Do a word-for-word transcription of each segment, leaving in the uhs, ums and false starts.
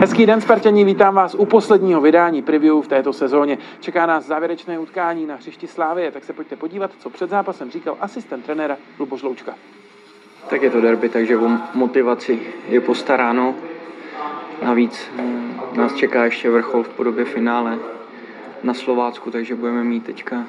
Hezký den, Sparťani, vítám vás u posledního vydání preview v této sezóně. Čeká nás závěrečné utkání na hřišti Slavie, tak se pojďte podívat, co před zápasem říkal asistent trenéra Luboš Loučka. Tak je to derby, takže o motivaci je postaráno. Navíc nás čeká ještě vrchol v podobě finále na Slovácku, takže budeme mít teďka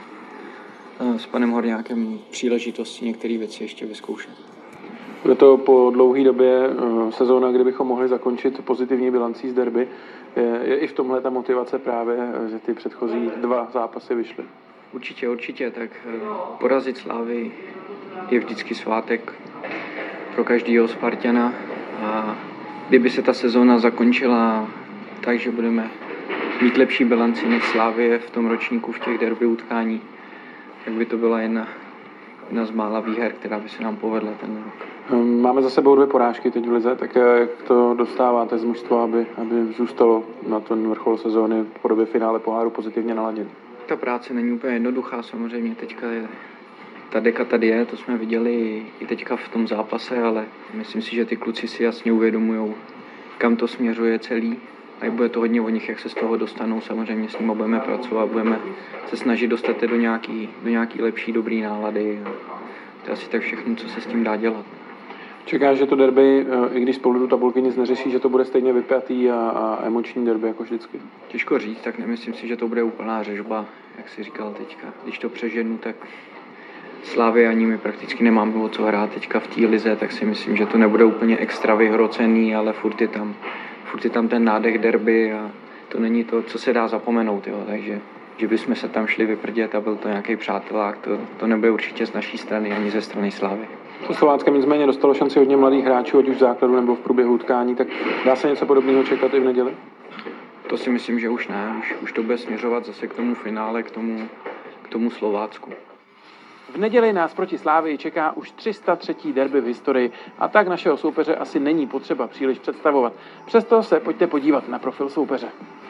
s panem Horňákem příležitosti některé věci ještě vyzkoušet. Bude to po dlouhé době sezóna, kdy bychom mohli zakončit pozitivní bilancí z derby. Je, je i v tomhle ta motivace právě, že ty předchozí dva zápasy vyšly? Určitě, určitě. Tak porazit Slavii je vždycky svátek pro každého Spartana. A kdyby se ta sezóna zakončila tak, že budeme mít lepší bilanci než Slavie v tom ročníku v těch derby utkání, tak by to byla jedna, jedna z mála výher, která by se nám povedla ten rok. Máme za sebou dvě porážky teď v lize, tak jak to dostáváte z mužstva, aby, aby zůstalo na ten vrchol sezóny v podobě finále poháru pozitivně naladěn? Ta práce není úplně jednoduchá, samozřejmě teďka je, ta deka tady je, to jsme viděli i teďka v tom zápase, ale myslím si, že ty kluci si jasně uvědomujou, kam to směřuje celý. A bude to hodně o nich, jak se z toho dostanou, samozřejmě s nimi budeme pracovat, budeme se snažit dostat do nějaký, do nějaký lepší, dobrý nálady. To je asi tak všechno, co se s tím dá dělat. Čekáš, že to derby, i když z pohledu tabulky nic neřeší, že to bude stejně vypjatý a, a emoční derby jako vždycky? Těžko říct, tak nemyslím si, že to bude úplná řežba, jak jsi říkal teďka. Když to přeženu, tak Slavii ani my prakticky nemáme o co hrát teďka v té lize, tak si myslím, že to nebude úplně extra vyhrocený, ale furt je tam, furt je tam ten nádech derby a to není to, co se dá zapomenout, jo. Takže že bychom se tam šli vyprdět a byl to nějaký přátelák, to, to nebude určitě z naší strany ani ze strany Slavie. To Slováckem nicméně dostalo šanci hodně mladých hráčů, ať už v základu nebo v průběhu utkání, tak dá se něco podobného čekat i v neděli? To si myslím, že už ne, už, už to bude směřovat zase k tomu finále, k tomu, k tomu Slovácku. V neděli nás proti Slavii čeká už tři sta třetí derby v historii a tak našeho soupeře asi není potřeba příliš představovat. Přesto se pojďte podívat na profil soupeře.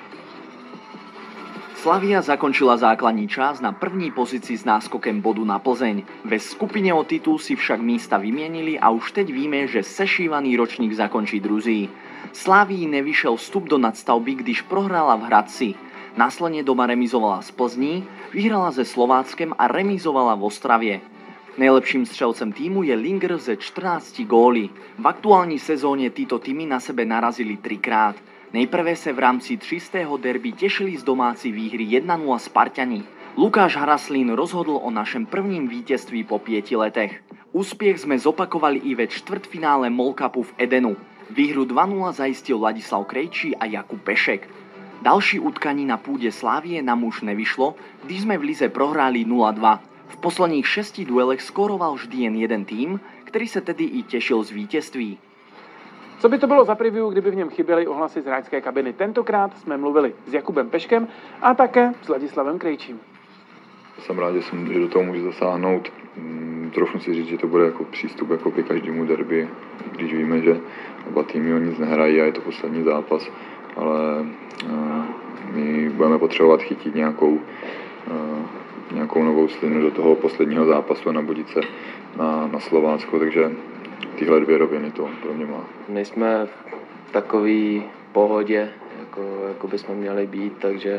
Slavia zakončila základní čas na první pozici s náskokem bodu na Plzeň. Ve skupine o titul si však místa vymienili a už teď víme, že sešívaný ročník zakončí druzí. Slavii nevyšel vstup do nadstavby, když prohrála v Hradci. Následne doma remizovala z Plzní, vyhrala se Slováckem a remizovala v Ostravě. Nejlepším střelcem týmu je Linger ze čtrnácti góly. V aktuální sezóne títo týmy na sebe narazili trikrát. Nejprve se v rámci třístého derby tešili z domácí výhry jedna nula Sparťani. Lukáš Haraslín rozhodl o našem prvním vítězství po pieti letech. Úspěch jsme zopakovali i ve čtvrtfinále MOL Cupu v Edenu. Výhru dva nula zaistil Ladislav Krejčí a Jakub Pešek. Další utkání na půdě Slavie nám už nevyšlo, když jsme v lize prohráli nula dva. V posledních šesti duelech skoroval vždy jen jeden tým, který se tedy i těšil z vítězství. Co by to bylo za preview, kdyby v něm chyběly ohlasy z hráčské kabiny? Tentokrát jsme mluvili s Jakubem Peškem a také s Ladislavem Krejčím. Jsem rád, že, jsem, že do toho můžu zasáhnout. Trochu si říct, že to bude jako přístup jako by každému derby, když víme, že oba týmy o nic nehrají a je to poslední zápas, ale uh, my budeme potřebovat chytit nějakou, uh, nějakou novou slinu do toho posledního zápasu a nabudit se na, na Slovácko, takže tyhle dvě roviny to pro mě má. My jsme v takové pohodě, jako, jako bychom měli být, takže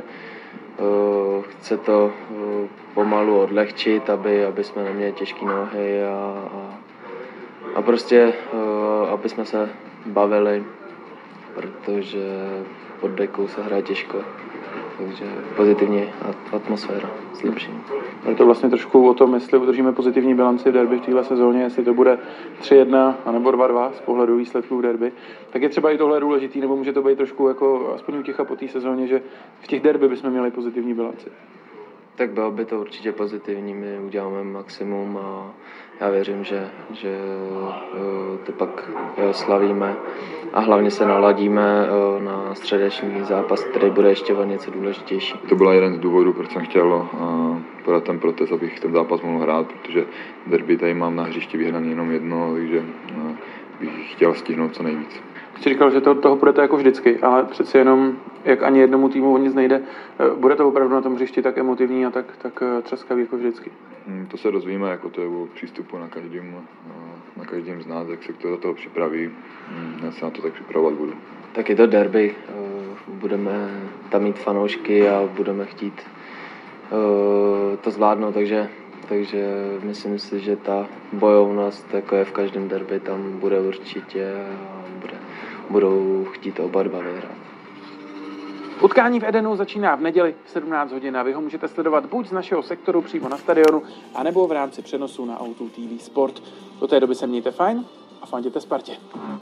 uh, chce to uh, pomalu odlehčit, aby, aby jsme neměli těžké nohy a, a, a prostě, uh, aby jsme se bavili, protože pod dekou se hraje těžko. Takže pozitivní atmosféra, zlepšení. Je to vlastně trošku o tom, jestli udržíme pozitivní bilanci v derby v téhle sezóně, jestli to bude tři jedna anebo dva dva z pohledu výsledků v derby. Tak je třeba i tohle důležitý, nebo může to být trošku jako aspoň uticha po té sezóně, že v těch derby bychom měli pozitivní bilanci. Tak bylo by to určitě pozitivní, my uděláme maximum a já věřím, že, že to pak slavíme a hlavně se naladíme na středeční zápas, který bude ještě o něco důležitější. To byl jeden z důvodů, proč jsem chtěl podat ten protest, abych ten zápas mohl hrát, protože derby tady mám na hřišti vyhraný jenom jedno, takže bych chtěl stihnout co nejvíc. Jsi říkal, že to od toho půjdete jako vždycky, ale přeci jenom jak ani jednomu týmu o nic nejde. Bude to opravdu na tom hřišti tak emotivní a tak, tak třaskavý jako vždycky? Hmm, to se dozvíme, jako to je o přístupu na každém, na každém z nás, jak se kdo do toho připraví. Hmm, já se na to tak připravovat budu. Tak je to derby, budeme tam mít fanoušky a budeme chtít to zvládnout, takže, takže myslím si, že ta bojovnost, jako je v každém derby, tam bude určitě a bude, budou chtít oba dva vyhrát. Utkání v Edenu začíná v neděli v sedmnáct hodin a vy ho můžete sledovat buď z našeho sektoru přímo na stadionu, anebo v rámci přenosu na O dva T V Sport. Do té doby se mějte fajn a fanděte Spartě.